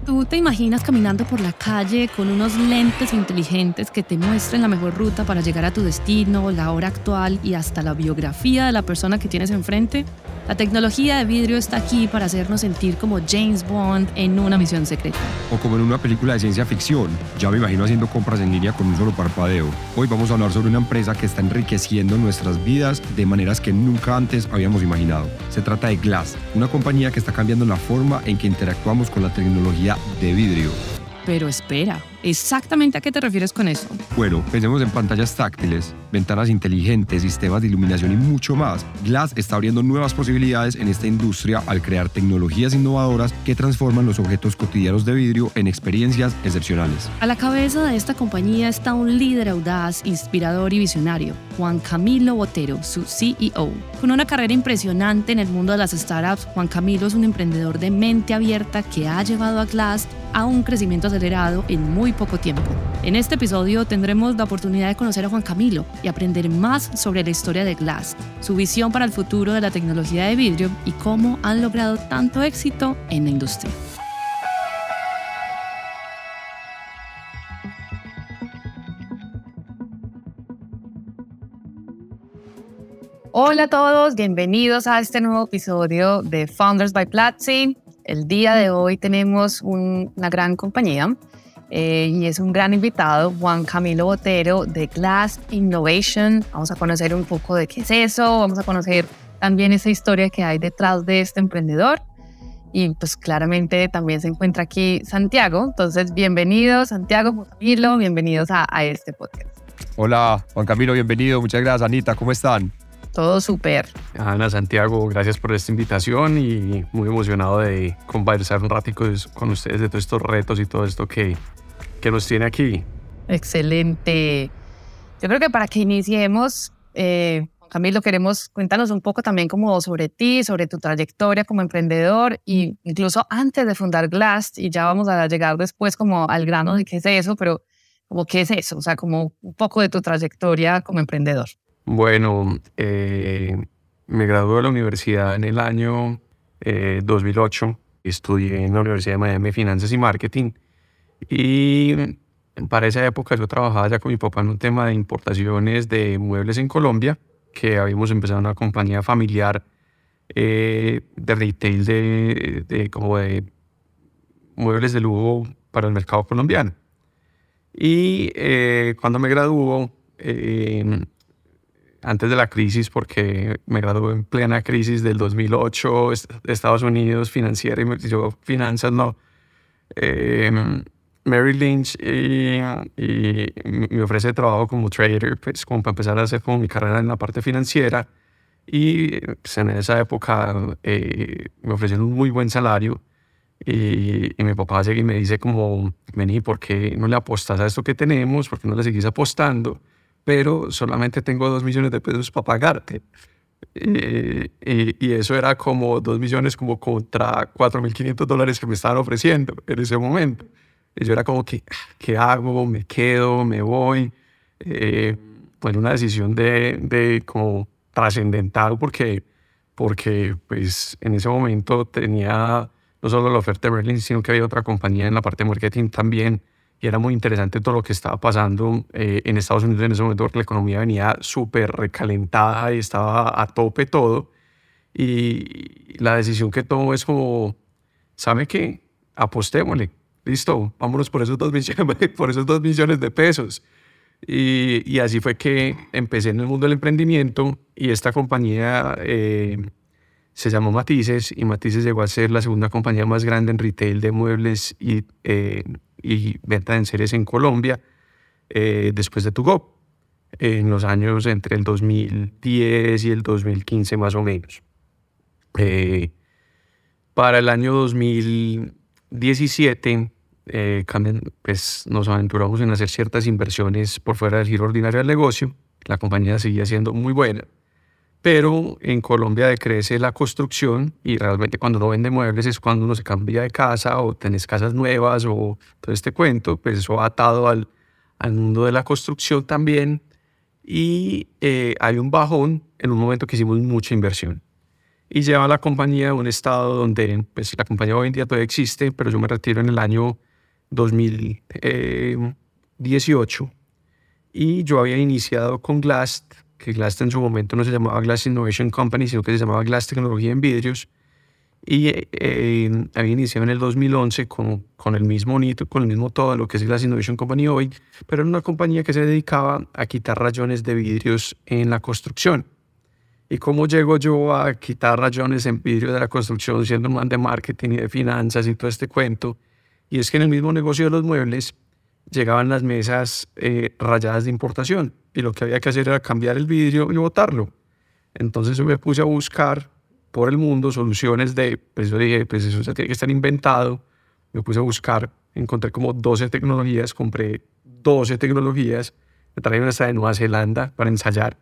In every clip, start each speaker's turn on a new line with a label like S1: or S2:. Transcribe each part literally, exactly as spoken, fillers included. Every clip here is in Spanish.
S1: ¿Tú te imaginas caminando por la calle con unos lentes inteligentes que te muestren la mejor ruta para llegar a tu destino, la hora actual y hasta la biografía de la persona que tienes enfrente? La tecnología de vidrio está aquí para hacernos sentir como James Bond en una misión secreta.
S2: O como en una película de ciencia ficción. Ya me imagino haciendo compras en línea con un solo parpadeo. Hoy vamos a hablar sobre una empresa que está enriqueciendo nuestras vidas de maneras que nunca antes habíamos imaginado. Se trata de Glass, una compañía que está cambiando la forma en que interactuamos con la tecnología de vidrio.
S1: Pero espera, ¿exactamente a qué te refieres con eso?
S2: Bueno, pensemos en pantallas táctiles, ventanas inteligentes, sistemas de iluminación y mucho más. Glass está abriendo nuevas posibilidades en esta industria al crear tecnologías innovadoras que transforman los objetos cotidianos de vidrio en experiencias excepcionales.
S1: A la cabeza de esta compañía está un líder audaz, inspirador y visionario, Juan Camilo Botero, su C E O. Con una carrera impresionante en el mundo de las startups, Juan Camilo es un emprendedor de mente abierta que ha llevado a Glass a un crecimiento acelerado en muy poco tiempo. En este episodio tendremos la oportunidad de conocer a Juan Camilo y aprender más sobre la historia de Glass, su visión para el futuro de la tecnología de vidrio y cómo han logrado tanto éxito en la industria. Hola a todos, bienvenidos a este nuevo episodio de Founders by Platzi. El día de hoy tenemos un, una gran compañía eh, y es un gran invitado, Juan Camilo Botero de Glass Innovation. Vamos a conocer un poco de qué es eso, vamos a conocer también esa historia que hay detrás de este emprendedor. Y pues claramente también se encuentra aquí Santiago. Entonces, bienvenidos Santiago, Juan Camilo, bienvenidos a, a este podcast.
S2: Hola Juan Camilo, bienvenido. Muchas gracias, Anita. ¿Cómo están?
S1: Todo súper.
S3: Ana, Santiago, gracias por esta invitación y muy emocionado de conversar un ratico con ustedes de todos estos retos y todo esto que, que nos tiene aquí.
S1: Excelente. Yo creo que para que iniciemos, eh, Camilo, queremos cuéntanos un poco también como sobre ti, sobre tu trayectoria como emprendedor e incluso antes de fundar Glass, y ya vamos a llegar después como al grano de qué es eso, pero como qué es eso, o sea, como un poco de tu trayectoria como emprendedor.
S3: Bueno, eh, me gradué de la universidad en el año eh, dos mil ocho. Estudié en la Universidad de Miami Finanzas y Marketing. Y para esa época yo trabajaba ya con mi papá en un tema de importaciones de muebles en Colombia, que habíamos empezado una compañía familiar eh, de retail de, de, como de muebles de lujo para el mercado colombiano. Y eh, cuando me graduó, eh, antes de la crisis, porque me gradué en plena crisis del dos mil ocho, Estados Unidos, financiera, y yo finanzas no, eh, Merrill Lynch y, y me ofrece trabajo como trader, pues como para empezar a hacer como mi carrera en la parte financiera. Y pues, en esa época eh, me ofrecieron un muy buen salario y, y mi papá sigue y me dice como, vení, ¿por qué no le apostas a esto que tenemos? ¿Por qué no le seguís apostando? Pero solamente tengo dos millones de pesos para pagarte. Eh, y, y eso era como dos millones como contra cuatro mil quinientos dólares que me estaban ofreciendo en ese momento. Y yo era como que, ¿qué hago? ¿Me quedo? ¿Me voy? Eh, pues una decisión de, de como trascendental porque, porque pues en ese momento tenía no solo la oferta de Merlin, sino que había otra compañía en la parte de marketing también. Y era muy interesante todo lo que estaba pasando eh, en Estados Unidos en ese momento, porque la economía venía súper recalentada y estaba a tope todo. Y la decisión que tomo es como, ¿sabe qué? Apostémosle. Listo, vámonos por esos dos millones, por esos dos millones de pesos. Y, y así fue que empecé en el mundo del emprendimiento y esta compañía eh, se llamó Matices, y Matices llegó a ser la segunda compañía más grande en retail de muebles y eh, y venta en series en Colombia eh, después de To Go, eh, en los años entre el dos mil diez y el dos mil quince más o menos. Eh, para el año dos mil diecisiete eh, cambian, pues, nos aventuramos en hacer ciertas inversiones por fuera del giro ordinario del negocio. La compañía seguía siendo muy buena, pero en Colombia decrece la construcción y realmente cuando uno vende muebles es cuando uno se cambia de casa o tenés casas nuevas o todo este cuento, pues eso ha atado al, al mundo de la construcción también. Y eh, hay un bajón en un momento que hicimos mucha inversión. y lleva a la compañía a un estado donde pues, la compañía hoy en día todavía existe, pero yo me retiro en el año dos mil dieciocho y yo había iniciado con Glast, que Glast en su momento no se llamaba Glass Innovation Company, sino que se llamaba Glast Tecnología en Vidrios, y eh, había iniciado en el dos mil once con, con el mismo hito, con el mismo todo lo que es Glass Innovation Company hoy, pero era una compañía que se dedicaba a quitar rayones de vidrios en la construcción. ¿Y cómo llego yo a quitar rayones en vidrio de la construcción siendo un man de marketing y de finanzas y todo este cuento? Y es que en el mismo negocio de los muebles llegaban las mesas eh, rayadas de importación y lo que había que hacer era cambiar el vidrio y botarlo. Entonces yo me puse a buscar por el mundo soluciones de, pues yo dije, pues eso ya tiene que estar inventado. Me puse a buscar, encontré como doce tecnologías, compré doce tecnologías, me trajeron hasta de Nueva Zelanda para ensayar.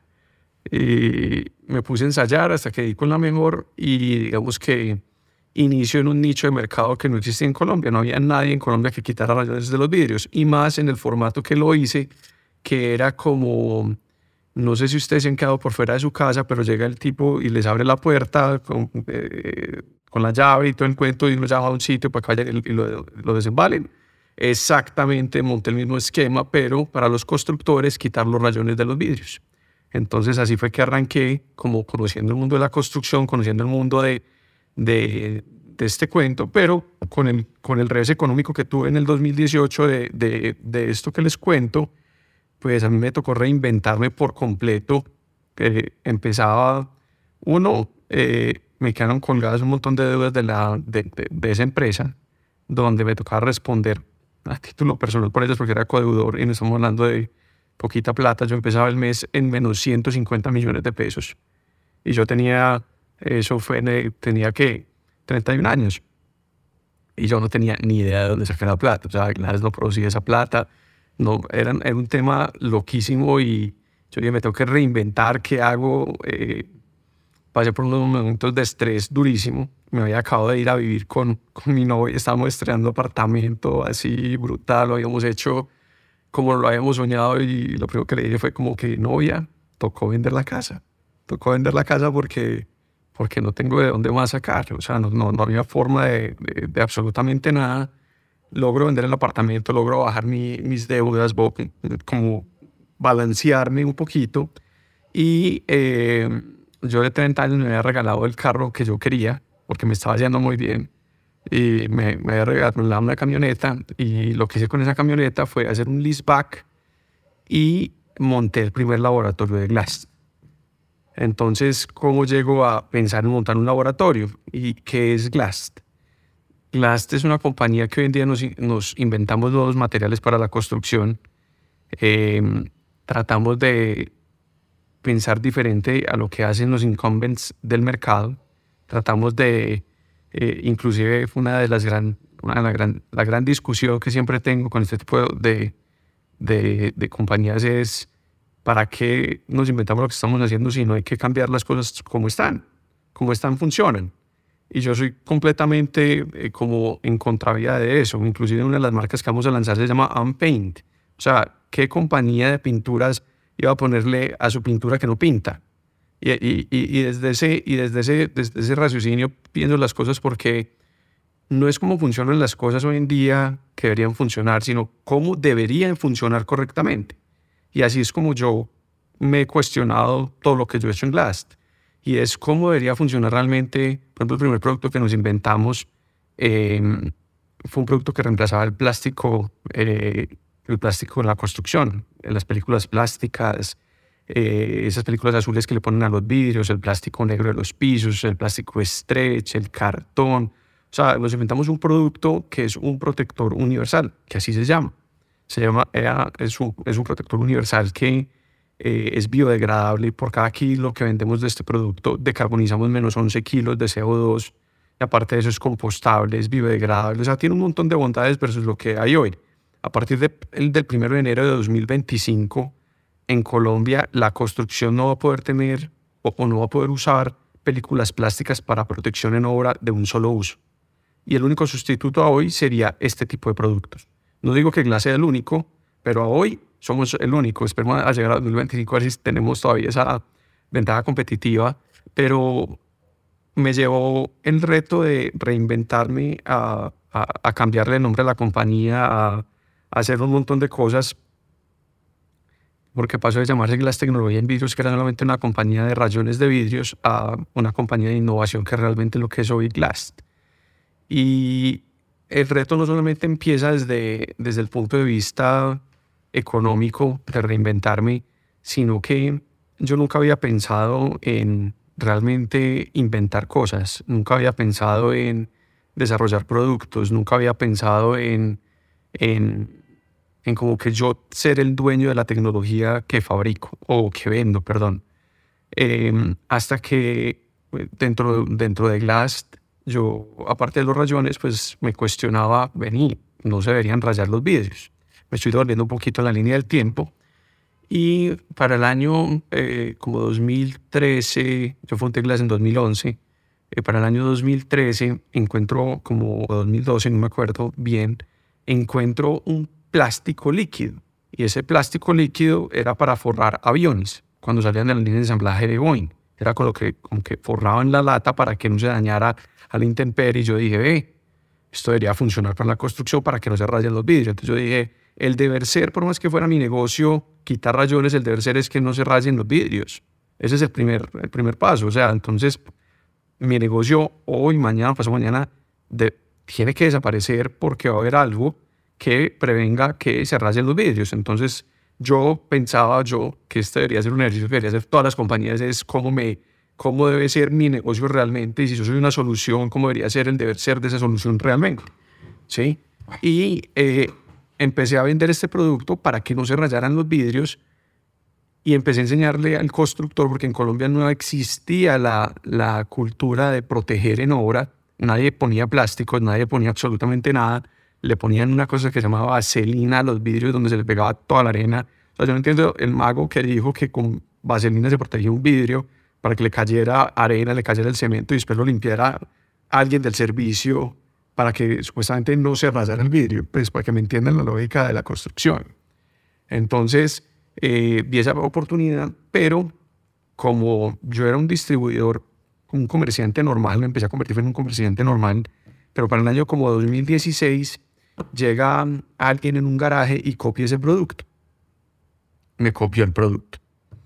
S3: Y me puse a ensayar hasta que di con la mejor y digamos que inicio en un nicho de mercado que no existía en Colombia. No había nadie en Colombia que quitara rayones de los vidrios y más en el formato que lo hice, que era como, no sé si ustedes se han quedado por fuera de su casa, pero llega el tipo y les abre la puerta con, eh, con la llave y todo el cuento y uno llama a un sitio para que vayan y lo, lo desembalen. Exactamente, monté el mismo esquema, pero para los constructores quitar los rayones de los vidrios. Entonces así fue que arranqué, como conociendo el mundo de la construcción, conociendo el mundo de, de, de este cuento, pero con el, con el revés económico que tuve en el dos mil dieciocho de, de, de esto que les cuento, pues a mí me tocó reinventarme por completo. Eh, empezaba, uno, eh, me quedaron colgadas un montón de deudas de, la, de, de, de esa empresa, donde me tocaba responder a título personal por ellas porque era codeudor y no estamos hablando de poquita plata. Yo empezaba el mes en menos ciento cincuenta millones de pesos. Y yo tenía, eso fue, tenía que treinta y un años. Y yo no tenía ni idea de dónde sacar la plata. O sea, Glass no producía esa plata. No, era, era un tema loquísimo y yo dije, me tengo que reinventar. ¿Qué hago? Eh, pasé por unos momentos de estrés durísimo. Me había acabado de ir a vivir con, con mi novia. Estábamos estrenando apartamento así brutal. Lo habíamos hecho como lo habíamos soñado y lo primero que le dije fue como que novia, tocó vender la casa. Tocó vender la casa porque, porque no tengo de dónde más sacar. O sea, no, no, no había forma de, de, de absolutamente nada. Logro vender el apartamento, logro bajar mi, mis deudas, como balancearme un poquito. Y eh, yo de treinta años me había regalado el carro que yo quería porque me estaba haciendo muy bien. Y me, me había regalado una camioneta y lo que hice con esa camioneta fue hacer un leaseback y monté el primer laboratorio de Glast. Entonces, ¿cómo llego a pensar en montar un laboratorio? ¿Y qué es Glast? Glast es una compañía que hoy en día nos, nos inventamos nuevos materiales para la construcción. Eh, tratamos de pensar diferente a lo que hacen los incumbents del mercado. Tratamos de Eh, inclusive fue una de las gran, una de la gran, la gran discusión que siempre tengo con este tipo de, de, de compañías es ¿para qué nos inventamos lo que estamos haciendo si no hay que cambiar las cosas como están? Como están funcionan. Y yo soy completamente eh, como en contravía de eso. Inclusive una de las marcas que vamos a lanzar se llama Unpaint. O sea, ¿qué compañía de pinturas iba a ponerle a su pintura que no pinta? Y, y, y, desde ese, y desde, ese, desde ese raciocinio pienso las cosas porque no es cómo funcionan las cosas hoy en día que deberían funcionar, sino cómo deberían funcionar correctamente. Y así es como yo me he cuestionado todo lo que yo he hecho en Glast. Y es cómo debería funcionar realmente. Por ejemplo, el primer producto que nos inventamos eh, fue un producto que reemplazaba el plástico, eh, el plástico en la construcción, en las películas plásticas, Eh, esas películas azules que le ponen a los vidrios, el plástico negro de los pisos, el plástico stretch, el cartón. O sea, nos inventamos un producto que es un protector universal, que así se llama. Se llama era, es, un, es un protector universal que eh, es biodegradable. Por cada kilo que vendemos de este producto, decarbonizamos menos once kilos de C O dos. Y aparte de eso es compostable, es biodegradable. O sea, tiene un montón de bondades versus lo que hay hoy. A partir de, el, del primero de enero de dos mil veinticinco, en Colombia la construcción no va a poder tener o, o no va a poder usar películas plásticas para protección en obra de un solo uso. Y el único sustituto a hoy sería este tipo de productos. No digo que Glast sea el único, pero a hoy somos el único. Esperemos a llegar a dos mil veinticinco a ver si tenemos todavía esa ventaja competitiva. Pero me llevó el reto de reinventarme, a, a, a cambiarle el nombre a la compañía, a, a hacer un montón de cosas, porque pasó de llamarse Glass Tecnología en Vidrios, que era solamente una compañía de rayones de vidrios, a una compañía de innovación que realmente es lo que es hoy Glass. Y el reto no solamente empieza desde, desde el punto de vista económico de reinventarme, sino que yo nunca había pensado en realmente inventar cosas, nunca había pensado en desarrollar productos, nunca había pensado en, en, en como que yo ser el dueño de la tecnología que fabrico o que vendo, perdón. Eh, hasta que dentro, dentro de Glass, yo, aparte de los rayones, pues me cuestionaba, vení, no se deberían rayar los vidrios. Me estoy devolviendo un poquito en la línea del tiempo. Y para el año eh, como dos mil trece, yo fundé Glass en dos mil once, eh, para el año dos mil trece encuentro, como dos mil doce, no me acuerdo bien, encuentro un plástico líquido. Y ese plástico líquido era para forrar aviones cuando salían de la línea de ensamblaje de Boeing. Era con lo que, como que forraban la lata para que no se dañara a la intemperie. Y yo dije, ve, esto debería funcionar para la construcción para que no se rayen los vidrios. Entonces yo dije, el deber ser, por más que fuera mi negocio, quitar rayones, el deber ser es que no se rayen los vidrios. Ese es el primer, el primer paso. O sea, entonces mi negocio hoy, mañana, pasado mañana, de, tiene que desaparecer porque va a haber algo que prevenga que se rayen los vidrios. Entonces yo pensaba yo que este debería ser un ejercicio que debería hacer todas las compañías, es cómo, me, cómo debe ser mi negocio realmente, y si yo soy una solución, cómo debería ser el deber ser de esa solución realmente. ¿Sí? Y eh, empecé a vender este producto para que no se rayaran los vidrios, y empecé a enseñarle al constructor, porque en Colombia no existía la, la cultura de proteger en obra. Nadie ponía plásticos, nadie ponía absolutamente nada. Le ponían una cosa que se llamaba vaselina a los vidrios, donde se le pegaba toda la arena. O sea, yo no entiendo el mago que dijo que con vaselina se protegía un vidrio para que le cayera arena, le cayera el cemento y después lo limpiara alguien del servicio para que supuestamente no se rayara el vidrio, pues para que me entiendan la lógica de la construcción. Entonces, eh, vi esa oportunidad, pero como yo era un distribuidor, un comerciante normal, me empecé a convertir en un comerciante normal, pero para el año como dos mil dieciséis llega alguien en un garaje y copia ese producto. Me copió el producto.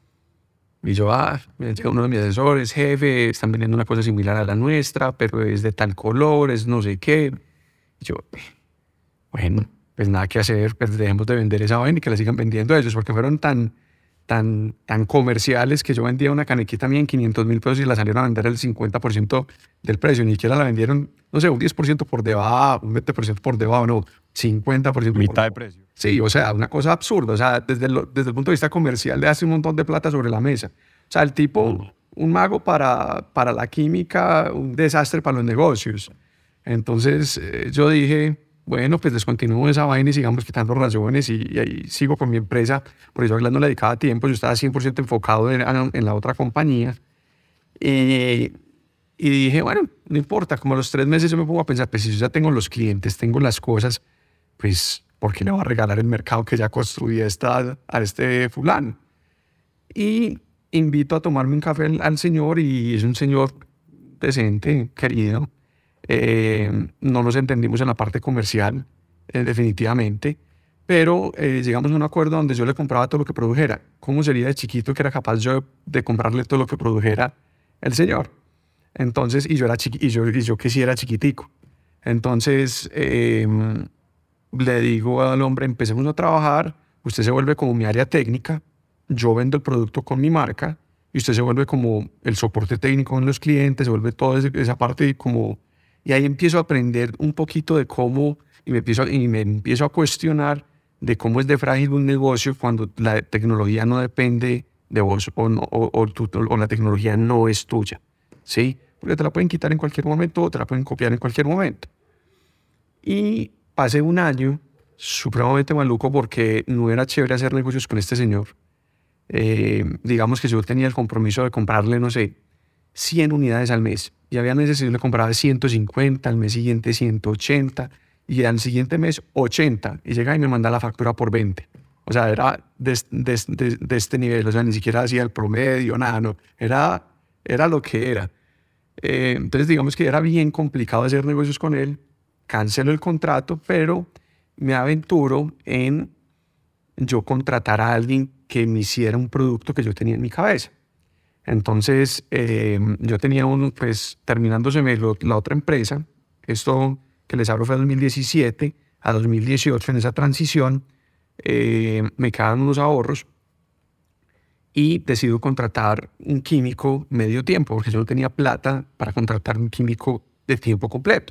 S3: Y yo, ah, me llega uno de mis asesores, jefe, están vendiendo una cosa similar a la nuestra, pero es de tal color, es no sé qué. Y yo, bueno, pues nada que hacer, pues dejemos de vender esa vaina y que la sigan vendiendo ellos, porque fueron tan, tan, tan comerciales que yo vendía una canequita mía en quinientos mil pesos y la salieron a vender el cincuenta por ciento del precio. Ni siquiera la vendieron, no sé, un diez por ciento por debajo, un veinte por ciento por debajo, no, cincuenta por ciento.
S2: Mitad de precio.
S3: Sí, o sea, una cosa absurda. O sea, desde el, desde el punto de vista comercial le hace un montón de plata sobre la mesa. O sea, el tipo, un mago para, para la química, un desastre para los negocios. Entonces eh, yo dije, bueno, pues descontinúo esa vaina y sigamos quitando rayones, y, y ahí sigo con mi empresa. Por eso a Glass no le dedicaba tiempo, yo estaba cien por ciento enfocado en, en la otra compañía. Y, y dije, bueno, no importa, como a los tres meses yo me pongo a pensar, pues si yo ya tengo los clientes, tengo las cosas, pues ¿por qué le va a regalar el mercado que ya construí esta, a este fulano? Y invito a tomarme un café al, al señor, y es un señor decente, querido. Eh, no nos entendimos en la parte comercial, eh, definitivamente, pero eh, llegamos a un acuerdo donde yo le compraba todo lo que produjera. ¿Cómo sería de chiquito que era capaz yo de comprarle todo lo que produjera el señor? Entonces, y yo, era chiqui, y yo, y yo que sí era chiquitico. Entonces, eh, le digo al hombre, empecemos a trabajar, usted se vuelve como mi área técnica, yo vendo el producto con mi marca, y usted se vuelve como el soporte técnico con los clientes, se vuelve toda esa parte como... Y ahí empiezo a aprender un poquito de cómo, y me empiezo, y me empiezo a cuestionar de cómo es de frágil un negocio cuando la tecnología no depende de vos, o, no, o, o, tu, o la tecnología no es tuya, ¿sí? Porque te la pueden quitar en cualquier momento, o te la pueden copiar en cualquier momento. Y pasé un año supremamente maluco porque no era chévere hacer negocios con este señor. Eh, digamos que yo tenía el compromiso de comprarle, no sé, cien unidades al mes. Y había meses que yo le compraba ciento cincuenta, al mes siguiente ciento ochenta, y al siguiente mes ochenta. Y llega y me manda la factura por veinte. O sea, era de, de, de, de este nivel. O sea, ni siquiera hacía el promedio, nada, no. Era, era lo que era. Eh, entonces digamos que era bien complicado hacer negocios con él. Cancelo el contrato, pero me aventuro en yo contratar a alguien que me hiciera un producto que yo tenía en mi cabeza. Entonces eh, yo tenía uno, pues terminándoseme lo, la otra empresa, esto que les hablo fue de dos mil diecisiete a dos mil dieciocho, en esa transición eh, me quedaban unos ahorros y decido contratar un químico medio tiempo, porque yo no tenía plata para contratar un químico de tiempo completo.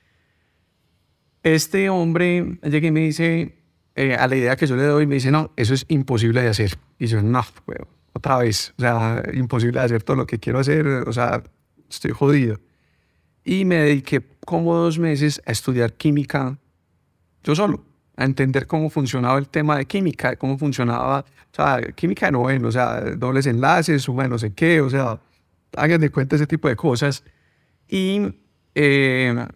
S3: Este hombre llega y me dice, eh, a la idea que yo le doy, me dice, no, eso es imposible de hacer. Y yo, no, bueno, otra vez, o sea, imposible de hacer todo lo que quiero hacer, o sea, estoy jodido. Y me dediqué como dos meses a estudiar química yo solo, a entender cómo funcionaba el tema de química, cómo funcionaba, o sea, química de noveno, o sea, dobles enlaces, suma de no sé qué, o sea, hagan de cuenta ese tipo de cosas. Y eh,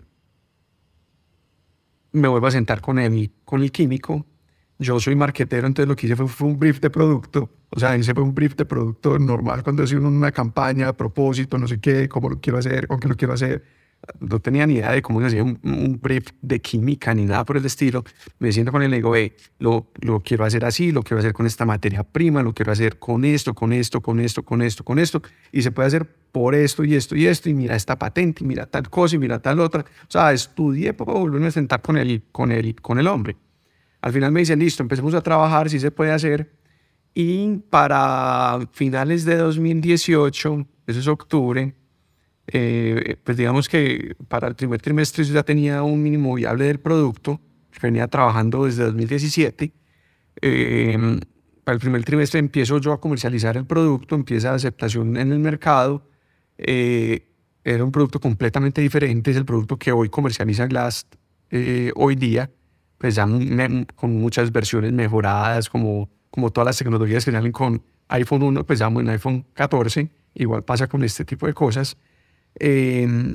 S3: me vuelvo a sentar con él, con el químico. Yo soy marquetero, entonces lo que hice fue, fue un brief de producto. O sea, hice fue un brief de producto normal cuando hace uno una campaña, a propósito, no sé qué, cómo lo quiero hacer, con qué lo quiero hacer. No tenía ni idea de cómo se hacía un, un brief de química ni nada por el estilo. Me siento con él y le digo, hey, lo, lo quiero hacer así, lo quiero hacer con esta materia prima, lo quiero hacer con esto, con esto, con esto, con esto, con esto. Y se puede hacer por esto y esto y esto. Y mira esta patente, y mira tal cosa, y mira tal otra. O sea, estudié para volverme a sentar con él, con él, con el hombre. Al final me dicen, listo, empecemos a trabajar, si se puede hacer. Y para finales de dos mil dieciocho, eso es octubre, eh, pues digamos que para el primer trimestre yo ya tenía un mínimo viable del producto, venía trabajando desde dos mil diecisiete. Eh, para el primer trimestre empiezo yo a comercializar el producto, empieza la aceptación en el mercado. Eh, era un producto completamente diferente, es el producto que hoy comercializa Glass eh, hoy día, pues ya me, con muchas versiones mejoradas, como, como todas las tecnologías que salen con iPhone uno, pues ya en iPhone catorce, igual pasa con este tipo de cosas. Eh,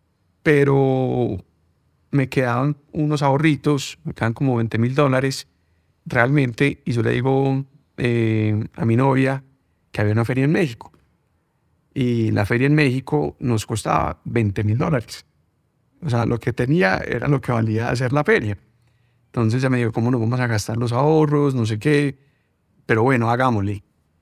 S3: pero me quedaban unos ahorritos, me quedan como veinte mil dólares realmente, y yo le digo eh, a mi novia que había una feria en México, y la feria en México nos costaba veinte mil dólares. O sea, lo que tenía era lo que valía hacer la feria. Entonces ya me dijo, ¿cómo nos vamos a gastar los ahorros? No sé qué, pero bueno, hagámosle.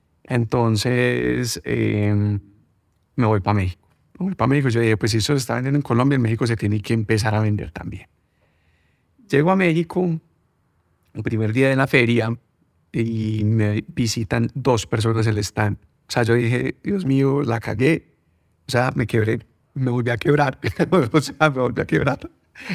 S3: Entonces eh, me voy para México. Me voy para México. Yo dije, pues si eso se está vendiendo en Colombia, en México se tiene que empezar a vender también. Llego a México el primer día de la feria y me visitan dos personas el stand. O sea, yo dije, Dios mío, la cagué. O sea, me quebré, me volví a quebrar. O sea, me volví a quebrar.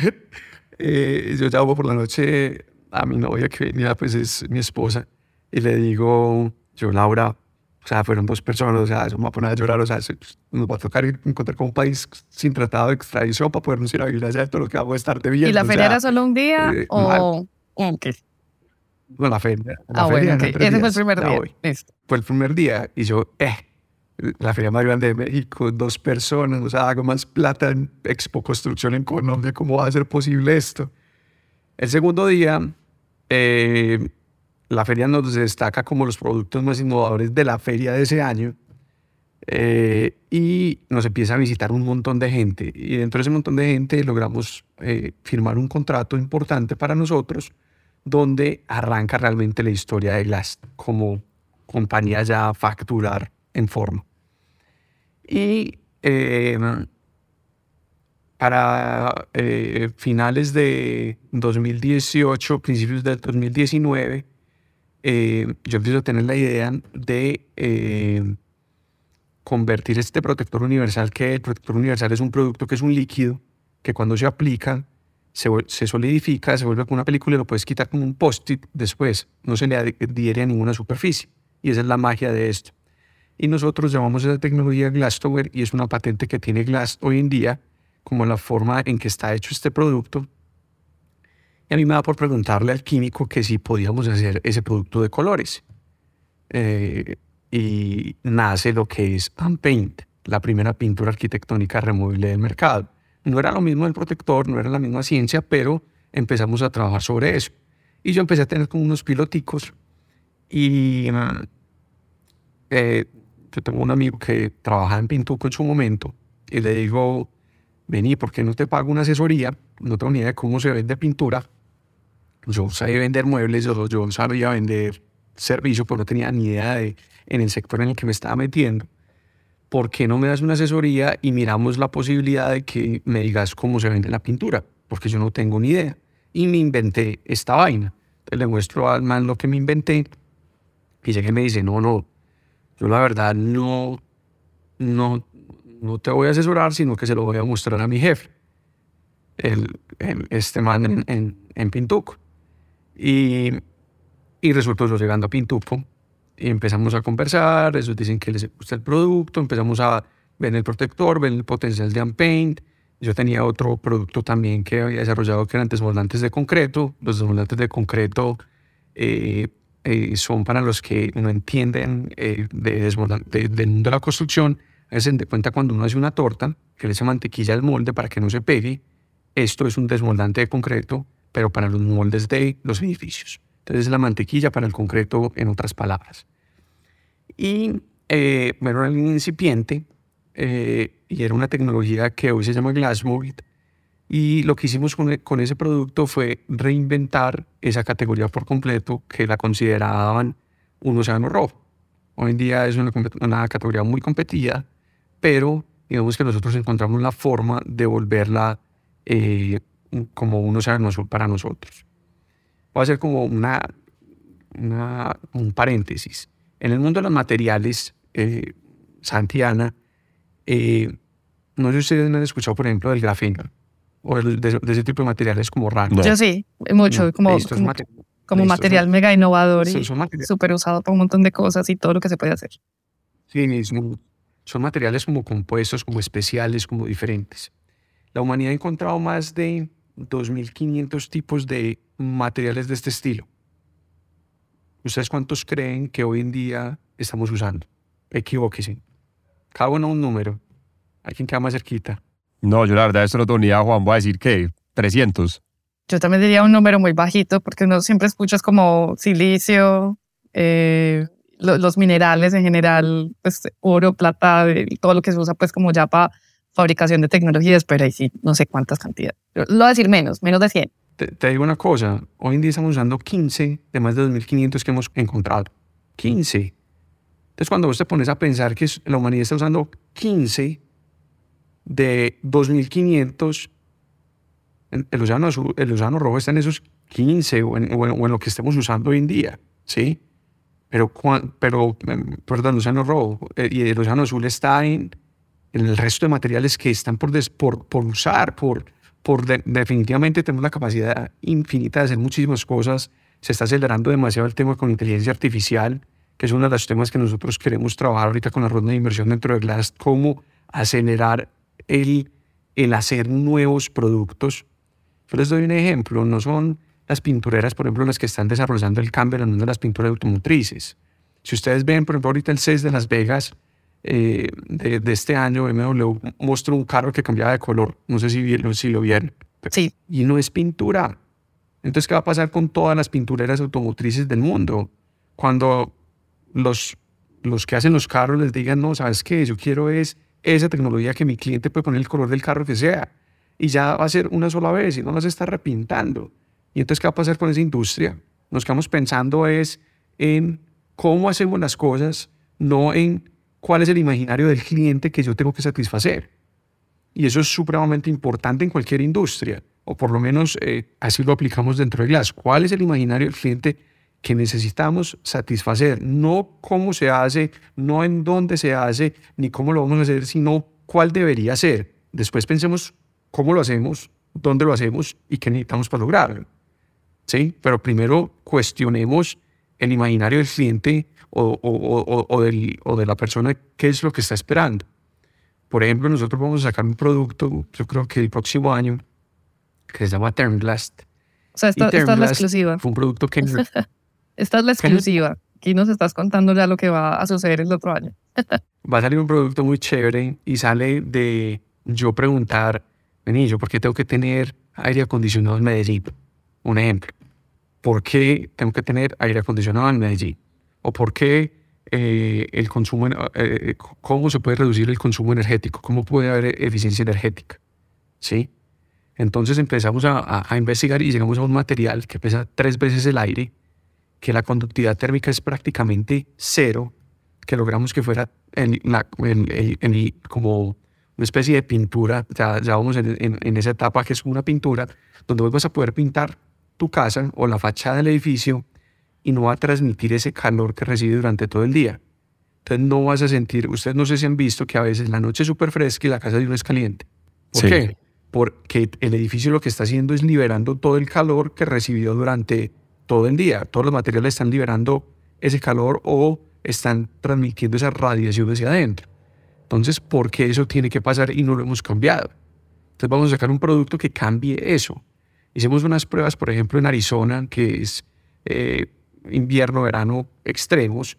S3: Eh, yo llamo por la noche a mi novia, que venía, pues es mi esposa, y le digo, yo, Laura, o sea, fueron dos personas, o sea, eso me va a poner a llorar, o sea, nos va a tocar ir, encontrar con un país sin tratado de extradición para podernos ir a vivir allá, todo lo que vamos a estar de bien.
S1: ¿Y la feria
S3: sea,
S1: era solo un día
S3: eh,
S1: o qué?
S3: No, la feria. La
S1: Ah,
S3: feria
S1: bueno, okay. Ese días, fue el primer día. Listo.
S3: Fue el primer día, y yo, eh, la feria más grande de México, dos personas, o sea, hago más plata en Expo Construcción en Colombia, ¿cómo va a ser posible esto? El segundo día, eh, la feria nos destaca como los productos más innovadores de la feria de ese año, eh, y nos empieza a visitar un montón de gente, y dentro de ese montón de gente logramos eh, firmar un contrato importante para nosotros, donde arranca realmente la historia de Glass como compañía ya a facturar en forma. Y eh, para eh, finales de dos mil dieciocho, principios del dos mil diecinueve, eh, yo empiezo a tener la idea de eh, convertir este protector universal, que el protector universal es un producto que es un líquido, que cuando se aplica se, se solidifica, se vuelve como una película y lo puedes quitar como un post-it después, no se le adhiere a ninguna superficie, y esa es la magia de esto. Y nosotros llamamos esa tecnología Glasstower, y es una patente que tiene Glass hoy en día, como la forma en que está hecho este producto. Y a mí me da por preguntarle al químico que si podíamos hacer ese producto de colores. Eh, y nace lo que es Paint, la primera pintura arquitectónica removible del mercado. No era lo mismo el protector, no era la misma ciencia, pero empezamos a trabajar sobre eso. Y yo empecé a tener como unos piloticos, y eh, yo tengo un amigo que trabajaba en Pintuco en su momento, y le digo, vení, ¿por qué no te pago una asesoría? No tengo ni idea de cómo se vende pintura. Yo sabía vender muebles, yo, yo sabía vender servicio, pero no tenía ni idea de en el sector en el que me estaba metiendo. ¿Por qué no me das una asesoría y miramos la posibilidad de que me digas cómo se vende la pintura? Porque yo no tengo ni idea. Y me inventé esta vaina. Entonces le muestro al man lo que me inventé y sé que me dice, no, no, yo la verdad no, no, no te voy a asesorar, sino que se lo voy a mostrar a mi jefe, el, el, este man en, en, en Pintuco. Y, y resultó yo llegando a Pintuco y empezamos a conversar, ellos dicen que les gusta el producto, empezamos a ver el protector, ver el potencial de Unpaint. Yo tenía otro producto también que había desarrollado que eran desmoldantes de concreto. Los desmoldantes de concreto eh, eh, son para los que no entienden eh, de de, del mundo de la construcción. Hacen de cuenta cuando uno hace una torta, que le echa mantequilla al molde para que no se pegue. Esto es un desmoldante de concreto, pero para los moldes de los edificios. Entonces es la mantequilla para el concreto, en otras palabras. Y eh, era un incipiente eh, y era una tecnología que hoy se llama Glassmold. Y lo que hicimos con, con ese producto fue reinventar esa categoría por completo, que la consideraban un océano rojo. Hoy en día es una, una categoría muy competida, pero digamos que nosotros encontramos la forma de volverla eh, como un océano azul para nosotros. Voy a hacer como una, una, un paréntesis. En el mundo de los materiales, eh, Santiana, eh, no sé si ustedes me han escuchado, por ejemplo, del grafeno o de, de, de ese tipo de materiales como raros.
S1: No. Yo sí, mucho, no, como, como, mater como material son, mega innovador y súper usado para un montón de cosas y todo lo que se puede hacer.
S3: Sí, son, son materiales como compuestos, como especiales, como diferentes. La humanidad ha encontrado más de dos mil quinientos tipos de materiales de este estilo. ¿Ustedes cuántos creen que hoy en día estamos usando? Equivóquense. Cada uno un número. ¿A quién queda más cerquita?
S2: No, yo la verdad esto no tengo ni idea, Juan. Voy a decir que trescientos.
S1: Yo también diría un número muy bajito, porque uno siempre escucha como silicio, eh, lo, los minerales en general, pues oro, plata, y todo lo que se usa pues como ya para fabricación de tecnologías, pero ahí sí, no sé cuántas cantidades. Lo voy a decir menos, menos de cien.
S3: Te, te digo una cosa, hoy en día estamos usando quince de más de dos mil quinientos que hemos encontrado. quince. Entonces cuando vos te pones a pensar que la humanidad está usando quince de dos mil quinientos, el océano, azul, el océano rojo está en esos quince o en, o, en, o en lo que estemos usando hoy en día, ¿sí? Pero, pero perdón, el océano rojo eh, y el océano azul está en, en el resto de materiales que están por, des, por, por usar, por, por de, definitivamente tenemos la capacidad infinita de hacer muchísimas cosas. Se está acelerando demasiado el tema con inteligencia artificial, que es uno de los temas que nosotros queremos trabajar ahorita con la ronda de inversión dentro de Glass, cómo acelerar el, el hacer nuevos productos. Yo les doy un ejemplo, no son las pintureras, por ejemplo, las que están desarrollando el cambio en el mundo de las pinturas automotrices. Si ustedes ven, por ejemplo, ahorita el C E S de Las Vegas eh, de, de este año, B M W mostró un carro que cambiaba de color. No sé si, si lo vieron.
S1: Sí.
S3: Y no es pintura. Entonces, ¿qué va a pasar con todas las pintureras automotrices del mundo? Cuando los, los que hacen los carros les digan, no, ¿sabes qué? Yo quiero es esa tecnología que mi cliente puede poner el color del carro que sea. Y ya va a ser una sola vez y no las está repintando. Y entonces, ¿qué va a pasar con esa industria? Nos quedamos pensando es en cómo hacemos las cosas, no en cuál es el imaginario del cliente que yo tengo que satisfacer. Y eso es supremamente importante en cualquier industria, o por lo menos eh, así lo aplicamos dentro de Glass. ¿Cuál es el imaginario del cliente que necesitamos satisfacer? No cómo se hace, no en dónde se hace, ni cómo lo vamos a hacer, sino cuál debería ser. Después pensemos cómo lo hacemos, dónde lo hacemos y qué necesitamos para lograrlo. ¿Sí? Pero primero cuestionemos el imaginario del cliente o, o, o, o, del, o de la persona, qué es lo que está esperando. Por ejemplo, nosotros vamos a sacar un producto, yo creo que el próximo año, que se llama Thermblast.
S1: O sea, esta, esta es la exclusiva.
S3: Fue un producto que...
S1: Esta es la exclusiva. Aquí nos estás contando ya lo que va a suceder el otro año.
S3: Va a salir un producto muy chévere y sale de yo preguntar, vení, ¿yo por qué tengo que tener aire acondicionado en Medellín? Un ejemplo. ¿Por qué tengo que tener aire acondicionado en Medellín? ¿O por qué eh, el consumo, eh, cómo se puede reducir el consumo energético, cómo puede haber eficiencia energética, ¿sí? Entonces empezamos a, a, a investigar y llegamos a un material que pesa tres veces el aire, que la conductividad térmica es prácticamente cero, que logramos que fuera en la, en, en, en, como una especie de pintura. Ya, ya vamos en, en, en esa etapa que es una pintura donde vos vas a poder pintar tu casa o la fachada del edificio y no va a transmitir ese calor que recibe durante todo el día. Entonces no vas a sentir, ustedes no sé si han visto que a veces la noche es súper fresca y la casa de uno es caliente. ¿Por
S2: Sí.
S3: qué? Porque el edificio lo que está haciendo es liberando todo el calor que recibió durante todo el día. Todos los materiales están liberando ese calor o están transmitiendo esa radiación hacia adentro. Entonces, ¿por qué eso tiene que pasar y no lo hemos cambiado? Entonces vamos a sacar un producto que cambie eso. Hicimos unas pruebas, por ejemplo, en Arizona, que es eh, invierno, verano extremos,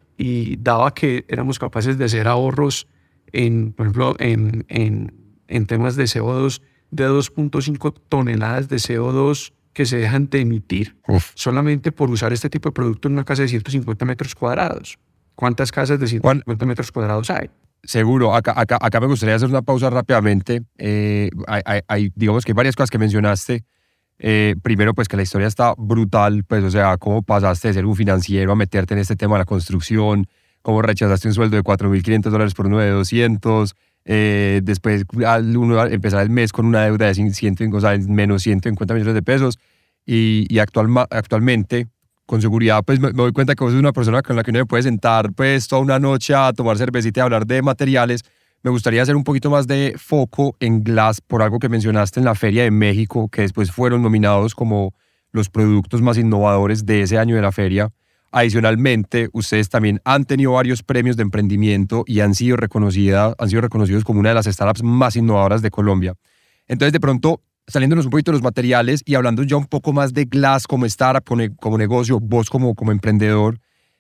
S3: y daba que éramos capaces de hacer ahorros en, por ejemplo, en, en, en temas de C O dos, de dos punto cinco toneladas de C O dos que se dejan de emitir. Uf. Solamente por usar este tipo de producto en una casa de ciento cincuenta metros cuadrados. ¿Cuántas casas de ciento cincuenta metros cuadrados hay?
S2: Seguro, acá, acá, acá me gustaría hacer una pausa rápidamente. Eh, hay, hay, hay, digamos que hay varias cosas que mencionaste. Eh, primero, pues que la historia está brutal, pues, o sea, cómo pasaste de ser un financiero a meterte en este tema de la construcción, cómo rechazaste un sueldo de cuatro mil quinientos dólares por uno de doscientos, eh, después al uno empezar el mes con una deuda de cien, o sea, menos ciento cincuenta millones de pesos, y, y actual, actualmente, con seguridad, pues me, me doy cuenta que vos sos una persona con la que uno me puede sentar, pues, toda una noche a tomar cervecita y hablar de materiales. Me gustaría hacer un poquito más de foco en Glass por algo que mencionaste en la Feria de México, que después fueron nominados como los productos más innovadores de ese año de la feria. Adicionalmente, ustedes también han tenido varios premios de emprendimiento y han sido, reconocida, han sido reconocidos como una de las startups más innovadoras de Colombia. Entonces, de pronto, saliéndonos un poquito de los materiales y hablando ya un poco más de Glass como startup, como, como negocio, vos como, como emprendedor,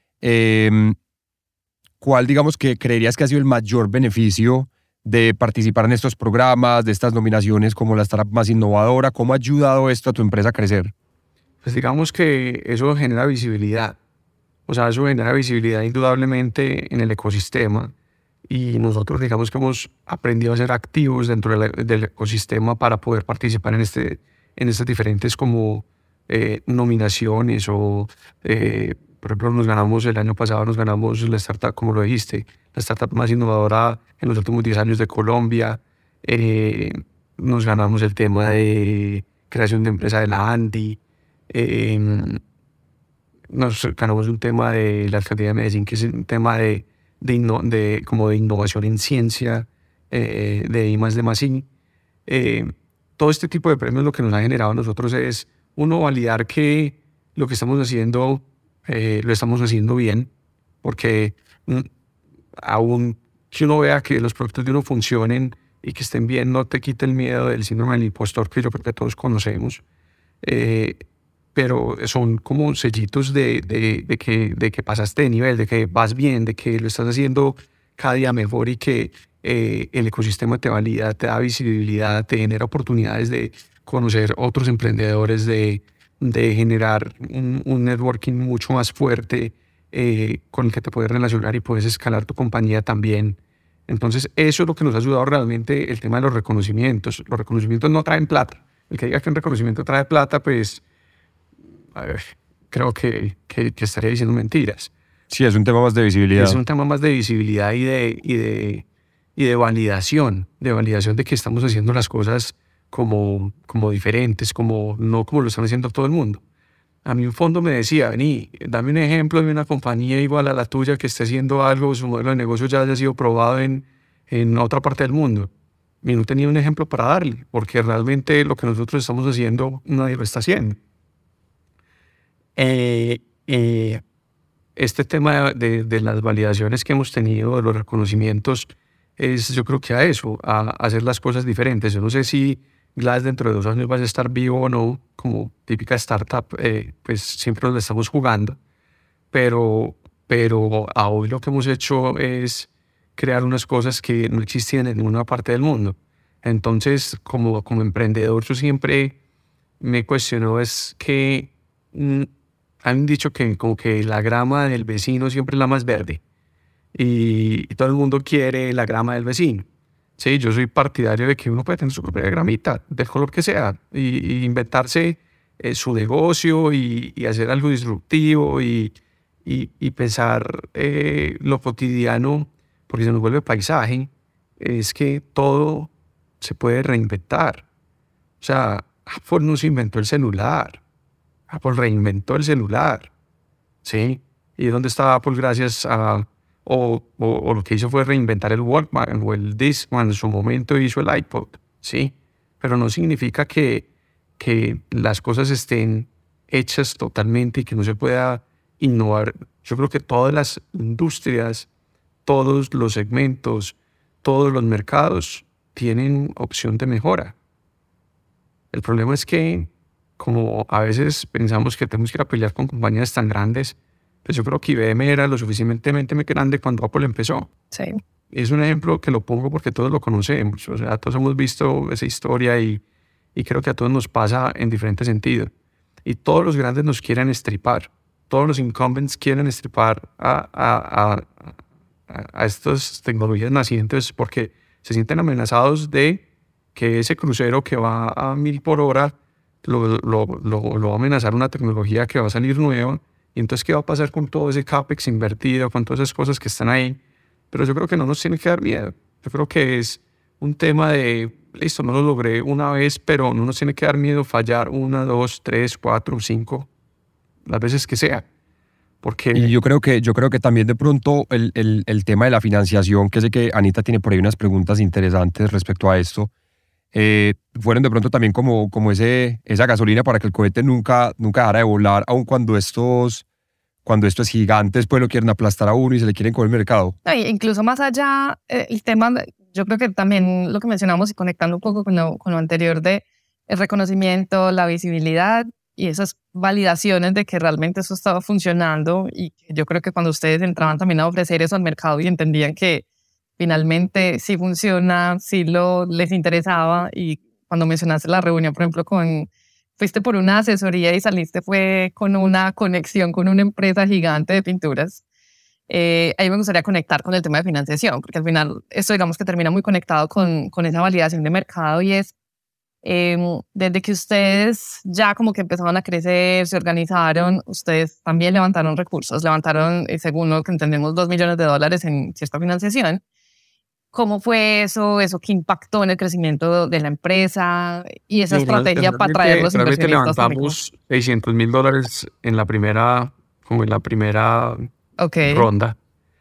S2: eh, ¿cuál, digamos, que creerías que ha sido el mayor beneficio de participar en estos programas, de estas nominaciones como la startup más innovadora? ¿Cómo ha ayudado esto a tu empresa a crecer?
S3: Pues digamos que eso genera visibilidad. O sea, eso genera visibilidad indudablemente en el ecosistema, y nosotros, digamos que hemos aprendido a ser activos dentro del, del ecosistema para poder participar en, este, en estas diferentes como eh, nominaciones o... Eh, Por ejemplo, nos ganamos el año pasado, nos ganamos la startup, como lo dijiste, la startup más innovadora en los últimos diez años de Colombia. Eh, nos ganamos el tema de creación de empresa de la ANDI. Eh, nos ganamos un tema de la alcaldía de Medellín, que es un tema de, de, inno, de, como de innovación en ciencia, eh, de I más D más I. Eh, todo este tipo de premios lo que nos ha generado a nosotros es, uno, validar que lo que estamos haciendo Eh, lo estamos haciendo bien, porque mm, aún que uno vea que los productos de uno funcionen y que estén bien, no te quita el miedo del síndrome del impostor, que yo creo que todos conocemos, eh, pero son como sellitos de, de, de, que, de que pasaste de nivel, de que vas bien, de que lo estás haciendo cada día mejor, y que eh, el ecosistema te valida, te da visibilidad, te genera oportunidades de conocer otros emprendedores, de de generar un, un networking mucho más fuerte eh, con el que te puedes relacionar y puedes escalar tu compañía también. Entonces, eso es lo que nos ha ayudado realmente, el tema de los reconocimientos. Los reconocimientos no traen plata. El que diga que un reconocimiento trae plata, pues a ver, creo que, que, que estaría diciendo mentiras.
S2: Sí, es un tema más de visibilidad.
S3: Es un tema más de visibilidad y de, y de, y de validación, de validación de que estamos haciendo las cosas Como, como diferentes, como, no como lo están haciendo todo el mundo. A mí un fondo me decía, vení, dame un ejemplo de una compañía igual a la tuya que esté haciendo algo, su modelo de negocio ya haya sido probado en, en otra parte del mundo. Y no tenía un ejemplo para darle, porque realmente lo que nosotros estamos haciendo, nadie lo está haciendo. Eh, eh, este tema de, de las validaciones que hemos tenido, de los reconocimientos, es, yo creo que a eso, a, a hacer las cosas diferentes. Yo no sé si Glass dentro de dos años va a estar vivo o no, como típica startup, eh, pues siempre nos la estamos jugando, pero, pero a hoy lo que hemos hecho es crear unas cosas que no existían en ninguna parte del mundo. Entonces, como, como emprendedor, yo siempre me cuestiono es que mm, hay un dicho que como que la grama del vecino siempre es la más verde y, y todo el mundo quiere la grama del vecino. Sí, yo soy partidario de que uno puede tener su propia gramita, del color que sea, y, y inventarse eh, su negocio y, y hacer algo disruptivo y, y, y pensar eh, lo cotidiano, porque se nos vuelve paisaje, es que todo se puede reinventar. O sea, Apple no se inventó el celular, Apple reinventó el celular, ¿sí? ¿Y dónde estaba Apple gracias a... O, o, o lo que hizo fue reinventar el Walkman o el Discman, en su momento hizo el iPod, ¿sí? Pero no significa que, que las cosas estén hechas totalmente y que no se pueda innovar. Yo creo que todas las industrias, todos los segmentos, todos los mercados tienen opción de mejora. El problema es que, como a veces pensamos que tenemos que ir a pelear con compañías tan grandes, pues yo creo que I B M era lo suficientemente grande cuando Apple empezó.
S1: Sí.
S3: Es un ejemplo que lo pongo porque todos lo conocemos. O sea, todos hemos visto esa historia y, y creo que a todos nos pasa en diferentes sentidos. Y todos los grandes nos quieren estripar. Todos los incumbents quieren estripar a, a, a, a, a estas tecnologías nacientes porque se sienten amenazados de que ese crucero que va a mil por hora lo, lo, lo, lo va a amenazar una tecnología que va a salir nueva. Y entonces, ¿qué va a pasar con todo ese CAPEX invertido, con todas esas cosas que están ahí? Pero yo creo que no nos tiene que dar miedo. Yo creo que es un tema de, listo, no lo logré una vez, pero no nos tiene que dar miedo fallar una, dos, tres, cuatro, cinco, las veces que sea. Porque...
S2: Y yo creo que, yo creo que también de pronto el, el, el tema de la financiación, que sé que Anita tiene por ahí unas preguntas interesantes respecto a esto, eh, fueron de pronto también como, como ese, esa gasolina para que el cohete nunca, nunca dejara de volar, aun cuando estos, cuando estos gigantes pues lo quieren aplastar a uno y se le quieren comer el mercado.
S1: No, incluso más allá, eh, el tema, yo creo que también lo que mencionamos y conectando un poco con lo, con lo anterior de el reconocimiento, la visibilidad y esas validaciones de que realmente eso estaba funcionando, y yo creo que cuando ustedes entraban también a ofrecer eso al mercado y entendían que finalmente sí funciona, sí lo, les interesaba. Y cuando mencionaste la reunión, por ejemplo, con, fuiste por una asesoría y saliste fue con una conexión con una empresa gigante de pinturas. Eh, ahí me gustaría conectar con el tema de financiación, porque al final esto digamos que termina muy conectado con, con esa validación de mercado, y es eh, desde que ustedes ya como que empezaban a crecer, se organizaron, ustedes también levantaron recursos, levantaron, eh, según lo que entendemos, dos millones de dólares en cierta financiación. ¿Cómo fue eso? ¿Eso que impactó en el crecimiento de la empresa y esa
S3: Sí,
S1: estrategia para traer los
S3: realmente
S1: inversionistas?
S3: levantamos seiscientos mil dólares en la primera, como en la primera
S1: okay.
S3: ronda.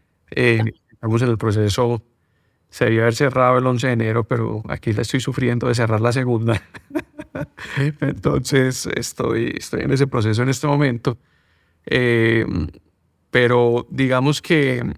S3: Eh, estamos en el proceso, se debía haber cerrado el once de enero, pero aquí la estoy sufriendo de cerrar la segunda. Entonces estoy, estoy en ese proceso en este momento. Eh, pero digamos que...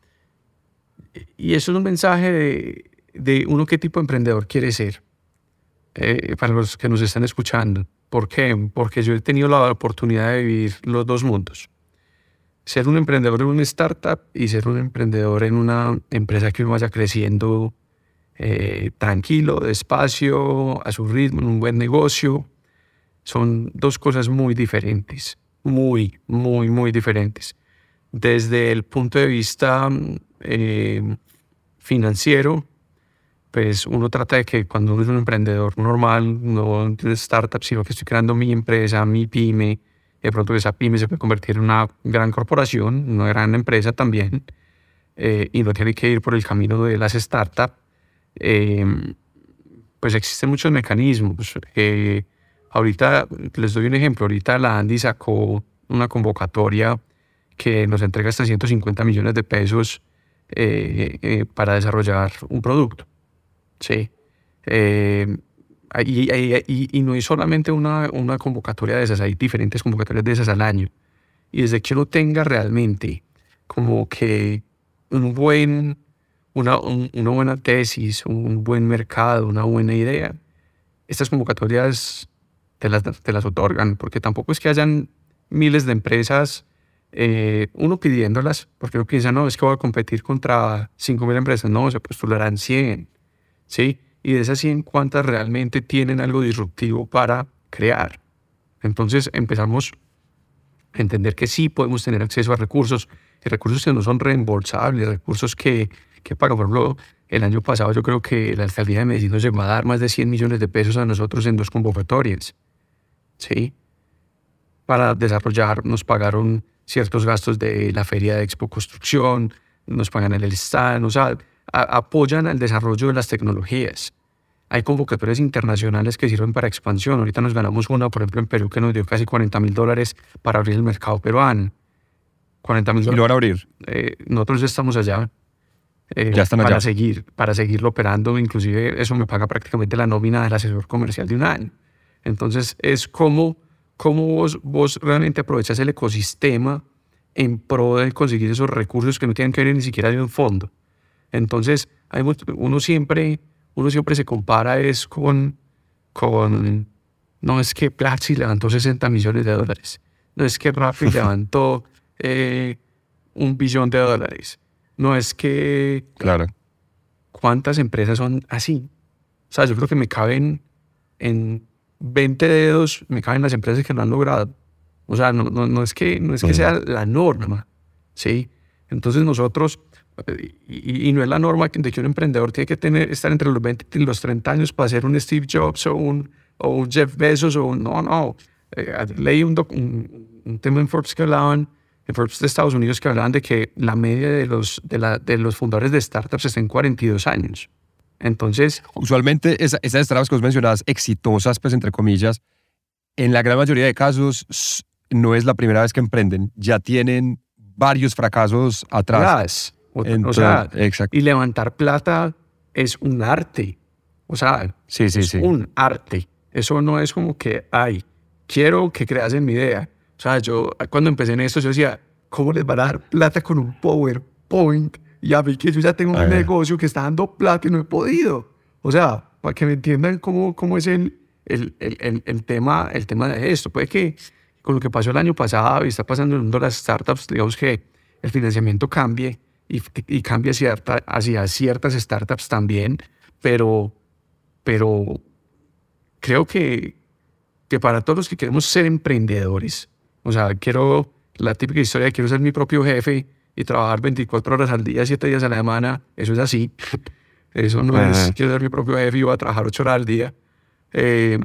S3: Y eso es un mensaje de, de uno qué tipo de emprendedor quiere ser, eh, para los que nos están escuchando. ¿Por qué? Porque yo he tenido la oportunidad de vivir los dos mundos. Ser un emprendedor en una startup y ser un emprendedor en una empresa que uno vaya creciendo eh, tranquilo, despacio, a su ritmo, en un buen negocio. Son dos cosas muy diferentes, muy, muy, muy diferentes. Desde el punto de vista eh, financiero, pues uno trata de que cuando uno es un emprendedor normal, no de startup, sino que estoy creando mi empresa, mi pyme, de pronto esa pyme se puede convertir en una gran corporación, una gran empresa también, eh, y no tiene que ir por el camino de las startups. Eh, pues existen muchos mecanismos. Eh, ahorita les doy un ejemplo. Ahorita la Andy sacó una convocatoria que nos entrega hasta ciento cincuenta millones de pesos eh, eh, para desarrollar un producto. Sí. Eh, y, y, y no es solamente una, una convocatoria de esas, hay diferentes convocatorias de esas al año. Y desde que uno tenga realmente como que un buen, una, un, una buena tesis, un buen mercado, una buena idea, estas convocatorias te las, te las otorgan, porque tampoco es que hayan miles de empresas, eh, uno pidiéndolas, porque uno piensa, no, es que voy a competir contra cinco mil empresas. No, se postularán cien, ¿sí? Y de esas cien, ¿cuántas realmente tienen algo disruptivo para crear? Entonces empezamos entender que sí podemos tener acceso a recursos, y recursos que no son reembolsables, recursos que, que pagan. Por ejemplo, el año pasado yo creo que la alcaldía de Medellín nos llegó a dar más de cien millones de pesos a nosotros en dos convocatorias, ¿sí? Para desarrollar, nos pagaron ciertos gastos de la feria de Expo Construcción, nos pagan el stand, o sea, a, apoyan al desarrollo de las tecnologías. Hay convocatorias internacionales que sirven para expansión. Ahorita nos ganamos una, por ejemplo, en Perú, que nos dio casi cuarenta mil dólares para abrir el mercado peruano. cuarenta mil
S2: ¿Y lo van a abrir?
S3: Eh, nosotros ya estamos allá. Eh,
S2: ya están allá.
S3: Para seguir, para seguirlo operando. Inclusive eso me paga prácticamente la nómina del asesor comercial de un año. Entonces es como, como vos, vos realmente aprovechas el ecosistema en pro de conseguir esos recursos que no tienen que ver ni siquiera de un fondo. Entonces hay, uno siempre... Uno siempre se compara es con, con, no es que Platzi levantó sesenta millones de dólares, no es que Rappi levantó eh, un billón de dólares, no es que...
S2: Claro.
S3: ¿Cuántas empresas son así? O sea, yo creo que me caben en veinte dedos, me caben las empresas que lo han logrado. O sea, no, no, no es que, no es que sea la norma, ¿sí? Entonces nosotros... Y, y no es la norma de que un emprendedor tiene que tener, estar entre los veinte y los treinta años para ser un Steve Jobs o un, o un Jeff Bezos o un, no, no. Eh, leí un, doc, un, un tema en Forbes que hablaban, en Forbes de Estados Unidos, que hablaban de que la media de los, de la, de los fundadores de startups está en cuarenta y dos años. Entonces...
S2: Usualmente esa, esas startups que vos mencionabas, exitosas, pues entre comillas, en la gran mayoría de casos no es la primera vez que emprenden, ya tienen varios fracasos atrás.
S3: Yes. O,
S2: Entonces,
S3: o sea,
S2: exacto.
S3: Y levantar plata es un arte. O sea,
S2: sí, sí,
S3: es
S2: sí.
S3: un arte. Eso no es como que, ay, quiero que creas en mi idea. O sea, yo cuando empecé en esto, yo decía, ¿cómo les van a dar plata con un PowerPoint? Y a mí que yo ya tengo un negocio que está dando plata y no he podido. O sea, para que me entiendan cómo, cómo es el, el, el, el, el, tema, el tema de esto. Puede que con lo que pasó el año pasado y está pasando en el mundo de las startups, digamos que el financiamiento cambie. Y, y cambia cierta, hacia ciertas startups también, pero, pero creo que, que para todos los que queremos ser emprendedores, o sea, quiero la típica historia de quiero ser mi propio jefe y trabajar veinticuatro horas al día, siete días a la semana, eso es así. Eso no uh-huh. es quiero ser mi propio jefe y voy a trabajar ocho horas al día. Eh,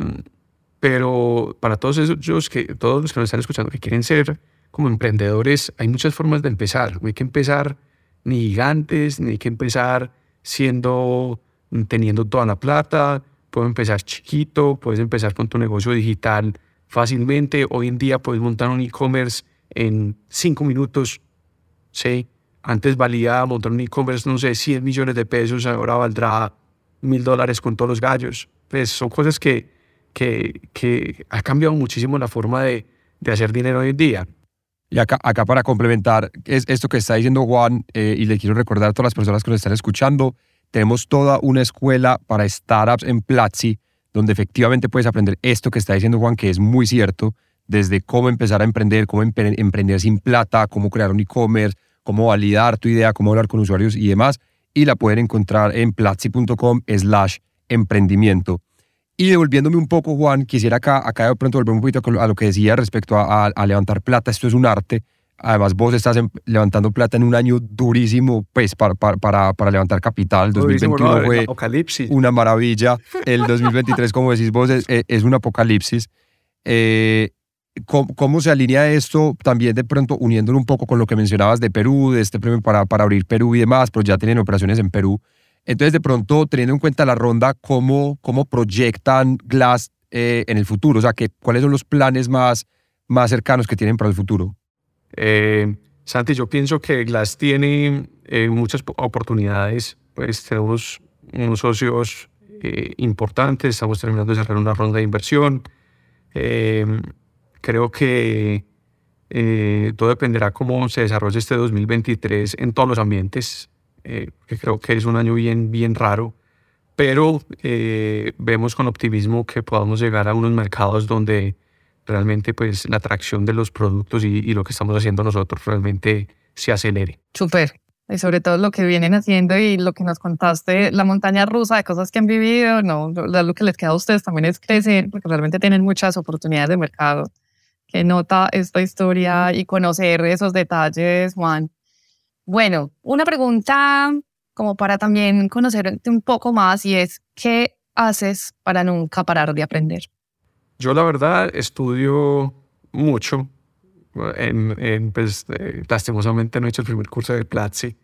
S3: pero para todos esos que, todos los que nos están escuchando que quieren ser como emprendedores, hay muchas formas de empezar. Hay que empezar ni gigantes, ni hay que empezar siendo, teniendo toda la plata. Puedes empezar chiquito, puedes empezar con tu negocio digital fácilmente. Hoy en día puedes montar un e-commerce en cinco minutos, ¿sí? Antes valía montar un e-commerce, no sé, cien millones de pesos, ahora valdrá mil dólares con todos los gallos. Pues son cosas que, que, que ha cambiado muchísimo la forma de, de hacer dinero hoy en día.
S2: Y acá, acá para complementar es esto que está diciendo Juan, eh, y le quiero recordar a todas las personas que nos están escuchando, tenemos toda una escuela para startups en Platzi, donde efectivamente puedes aprender esto que está diciendo Juan, que es muy cierto, desde cómo empezar a emprender, cómo empre- emprender sin plata, cómo crear un e-commerce, cómo validar tu idea, cómo hablar con usuarios y demás, y la pueden encontrar en platzi.com slash emprendimiento. Y devolviéndome un poco, Juan, quisiera acá, acá de pronto volver un poquito a lo que decía respecto a, a, a levantar plata. Esto es un arte. Además, vos estás en, levantando plata en un año durísimo, pues, para, para, para, para levantar capital. El dos mil veintiuno no, fue
S3: apocalipsis.
S2: Una maravilla. El dos mil veintitrés, como decís vos, es, es un apocalipsis. Eh, ¿cómo, ¿Cómo se alinea esto también de pronto uniéndolo un poco con lo que mencionabas de Perú, de este premio para, para abrir Perú y demás, pero ya tienen operaciones en Perú? Entonces, de pronto, teniendo en cuenta la ronda, ¿cómo, cómo proyectan Glass eh, en el futuro? O sea, que, ¿cuáles son los planes más, más cercanos que tienen para el futuro?
S3: Eh, Santi, yo pienso que Glass tiene eh, muchas oportunidades. Pues tenemos unos socios eh, importantes, estamos terminando de cerrar una ronda de inversión. Eh, creo que eh, todo dependerá cómo se desarrolle este dos mil veintitrés en todos los ambientes. Eh, que creo que es un año bien, bien raro, pero eh, vemos con optimismo que podamos llegar a unos mercados donde realmente pues, la atracción de los productos y, y lo que estamos haciendo nosotros realmente se acelere.
S1: Súper. Y sobre todo lo que vienen haciendo y lo que nos contaste, la montaña rusa de cosas que han vivido, no, lo que les queda a ustedes también es crecer, porque realmente tienen muchas oportunidades de mercado Qué nota esta historia y conocer esos detalles, Juan. Bueno, una pregunta como para también conocerte un poco más y es, ¿qué haces para nunca parar de aprender?
S3: Yo la verdad estudio mucho. En, en, pues, eh, lastimosamente no he hecho el primer curso de Platzi,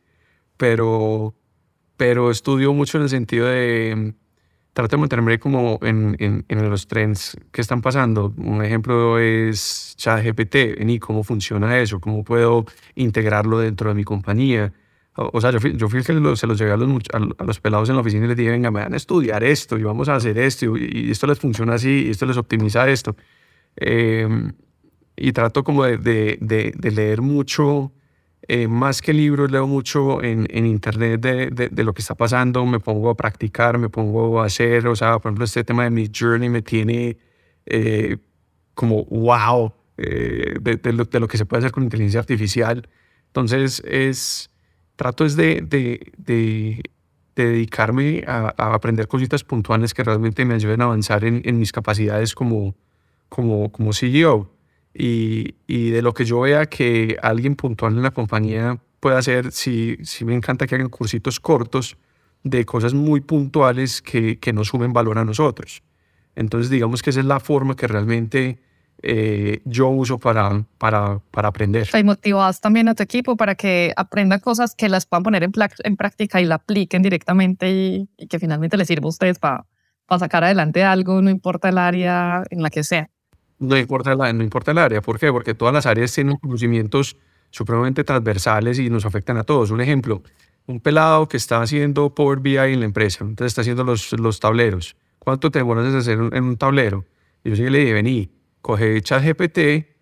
S3: pero, pero estudio mucho en el sentido de trato de mantenerme como en, en, en los trends que están pasando. Un ejemplo es ChatGPT, y cómo funciona eso, cómo puedo integrarlo dentro de mi compañía. O, o sea, yo fui, yo fui el que lo, se los llevé a los, a, a los pelados en la oficina y les dije, venga, me van a estudiar esto y vamos a hacer esto y, y esto les funciona así y esto les optimiza esto. Eh, y trato como de, de, de, de leer mucho, eh, más que libros, leo mucho en, en internet de, de, de lo que está pasando, me pongo a practicar, me pongo a hacer, o sea, por ejemplo, este tema de Midjourney me tiene eh, como wow, eh, de, de, lo, de lo que se puede hacer con inteligencia artificial. Entonces, es, trato es de, de, de, de dedicarme a, a aprender cositas puntuales que realmente me ayuden a avanzar en, en mis capacidades como, como, como C E O. Y, y de lo que yo vea que alguien puntual en la compañía puede hacer, sí, sí me encanta que hagan cursitos cortos de cosas muy puntuales que, que nos sumen valor a nosotros. Entonces digamos que esa es la forma que realmente eh, yo uso para, para, para aprender.
S1: Y motivas también a tu equipo para que aprendan cosas que las puedan poner en, en práctica y la apliquen directamente y, y que finalmente les sirva a ustedes para, para sacar adelante algo, no importa el área en la que sea.
S3: No importa, la, no importa el área. ¿Por qué? Porque todas las áreas tienen conocimientos supremamente transversales y nos afectan a todos. Un ejemplo, un pelado que está haciendo Power B I en la empresa, entonces está haciendo los, los tableros. ¿Cuánto te demoras en hacer un, en un tablero? Y yo sí le dije, vení, coge ChatGPT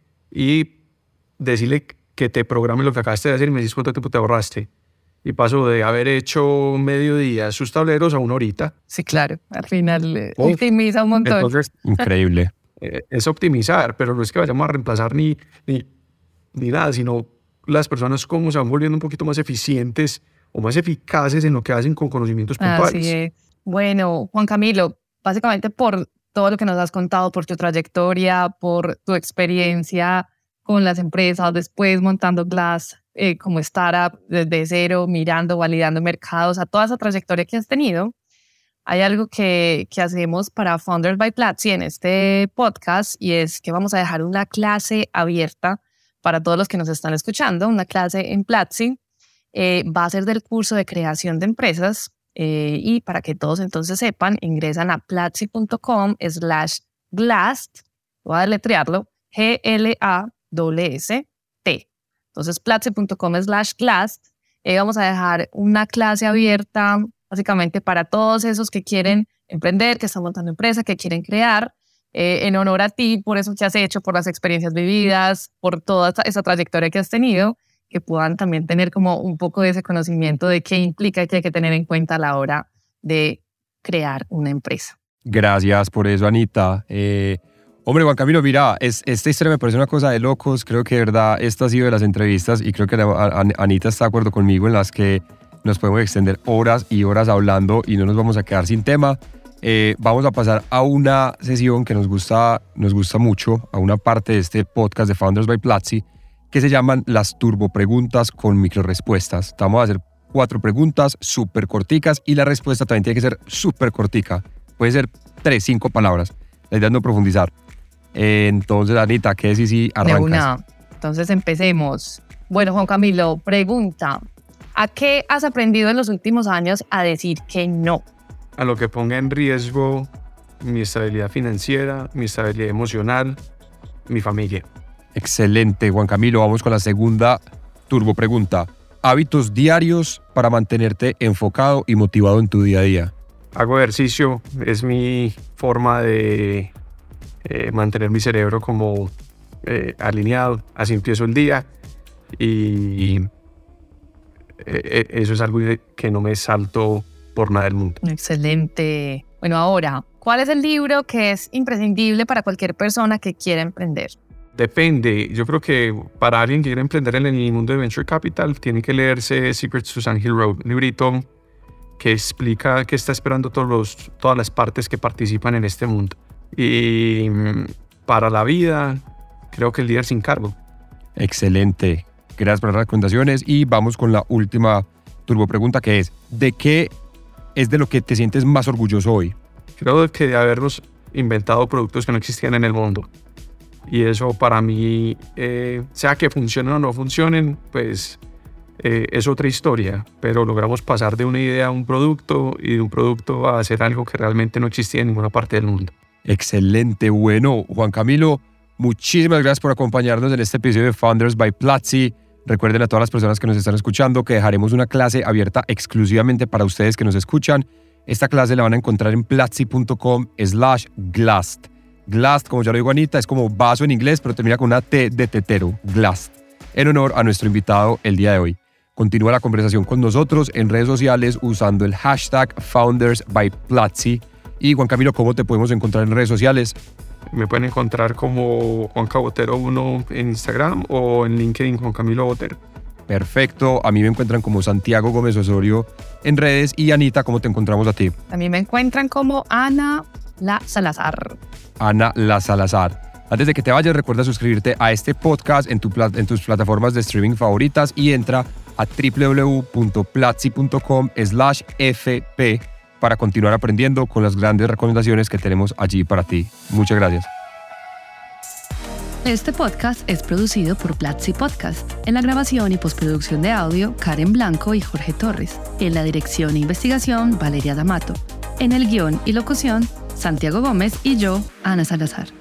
S3: y decirle que te programe lo que acabaste de hacer y me dices cuánto tiempo te ahorraste. Y paso de haber hecho mediodía sus tableros a una horita.
S1: Sí, claro. Al final eh, optimiza un montón.
S3: Entonces,
S2: increíble.
S3: Es optimizar, pero no es que vayamos a reemplazar ni, ni, ni nada, sino las personas como se van volviendo un poquito más eficientes o más eficaces en lo que hacen con conocimientos puntuales.
S1: Así es. Bueno, Juan Camilo, básicamente por todo lo que nos has contado, por tu trayectoria, por tu experiencia con las empresas, después montando Glass eh, como startup desde cero, mirando, validando mercados, a toda esa trayectoria que has tenido. Hay algo que, que hacemos para Founders by Platzi en este podcast y es que vamos a dejar una clase abierta para todos los que nos están escuchando, una clase en Platzi. Eh, va a ser del curso de creación de empresas eh, y para que todos entonces sepan, ingresan a platzi.com slash glast, voy a deletrearlo, G L A S S T. Entonces platzi.com slash glast. Eh, vamos a dejar una clase abierta básicamente para todos esos que quieren emprender, que están montando empresa, que quieren crear, eh, en honor a ti, por eso que has hecho, por las experiencias vividas, por toda esa, esa trayectoria que has tenido, que puedan también tener como un poco de ese conocimiento de qué implica y qué hay que tener en cuenta a la hora de crear una empresa.
S2: Gracias por eso, Anita. Eh, hombre, Juan Camilo, mira, es, esta historia me parece una cosa de locos. Creo que de verdad esta ha sido de las entrevistas y creo que la, Anita está de acuerdo conmigo en las que nos podemos extender horas y horas hablando y no nos vamos a quedar sin tema. Eh, vamos a pasar a una sesión que nos gusta, nos gusta mucho, a una parte de este podcast de Founders by Platzi, que se llaman las turbopreguntas con microrespuestas. Vamos a hacer cuatro preguntas súper corticas y la respuesta también tiene que ser súper cortica. Puede ser tres, cinco palabras. La idea es no profundizar. Eh, entonces, Anita, ¿qué decís si arrancas?
S1: De una. Entonces empecemos. Bueno, Juan Camilo, pregunta. ¿A qué has aprendido en los últimos años a decir que no?
S3: A lo que ponga en riesgo mi estabilidad financiera, mi estabilidad emocional, mi familia.
S2: Excelente, Juan Camilo. Vamos con la segunda turbo pregunta. Hábitos diarios para mantenerte enfocado y motivado en tu día a día.
S3: Hago ejercicio, es mi forma de eh, mantener mi cerebro como eh, alineado. Así empiezo el día y eh, eso es algo que no me salto por nada del mundo.
S1: Excelente. Bueno, ahora, ¿cuál es el libro que es imprescindible para cualquier persona que quiera emprender?
S3: Depende. Yo creo que para alguien que quiera emprender en el mundo de Venture Capital tiene que leerse Secrets to Sand Hill Road, un librito que explica qué está esperando todos los, todas las partes que participan en este mundo. Y para la vida, creo que el líder sin cargo.
S2: Excelente. Gracias por las recomendaciones y vamos con la última turbo pregunta, que es: ¿de qué es de lo que te sientes más orgulloso hoy?
S3: Creo que de habernos inventado productos que no existían en el mundo. Y eso para mí, eh, sea que funcionen o no funcionen, pues eh, es otra historia. Pero logramos pasar de una idea a un producto y de un producto a hacer algo que realmente no existía en ninguna parte del mundo.
S2: Excelente. Bueno, Juan Camilo, muchísimas gracias por acompañarnos en este episodio de Founders by Platzi. Recuerden a todas las personas que nos están escuchando que dejaremos una clase abierta exclusivamente para ustedes que nos escuchan. Esta clase la van a encontrar en platzi.com slash glast. Glast, como ya lo digo Anita, es como vaso en inglés, pero termina con una T de tetero, Glast, en honor a nuestro invitado el día de hoy. Continúa la conversación con nosotros en redes sociales usando el hashtag Founders by Platzi. Y Juan Camilo, ¿cómo te podemos encontrar en redes sociales?
S3: Me pueden encontrar como Juanca Botero uno en Instagram o en LinkedIn Juan Camilo Botero.
S2: Perfecto. A mí me encuentran como Santiago Gómez Osorio en redes. Y Anita, ¿cómo te encontramos a ti?
S1: A mí me encuentran como Ana La Salazar.
S2: Ana La Salazar. Antes de que te vayas, recuerda suscribirte a este podcast en, tu, en tus plataformas de streaming favoritas y entra a www.platzi.com slash fp para continuar aprendiendo con las grandes recomendaciones que tenemos allí para ti. Muchas gracias.
S4: Este podcast es producido por Platzi Podcast. En la grabación y postproducción de audio, Karen Blanco y Jorge Torres. En la dirección e investigación, Valeria D'Amato. En el guión y locución, Santiago Gómez y yo, Ana Salazar.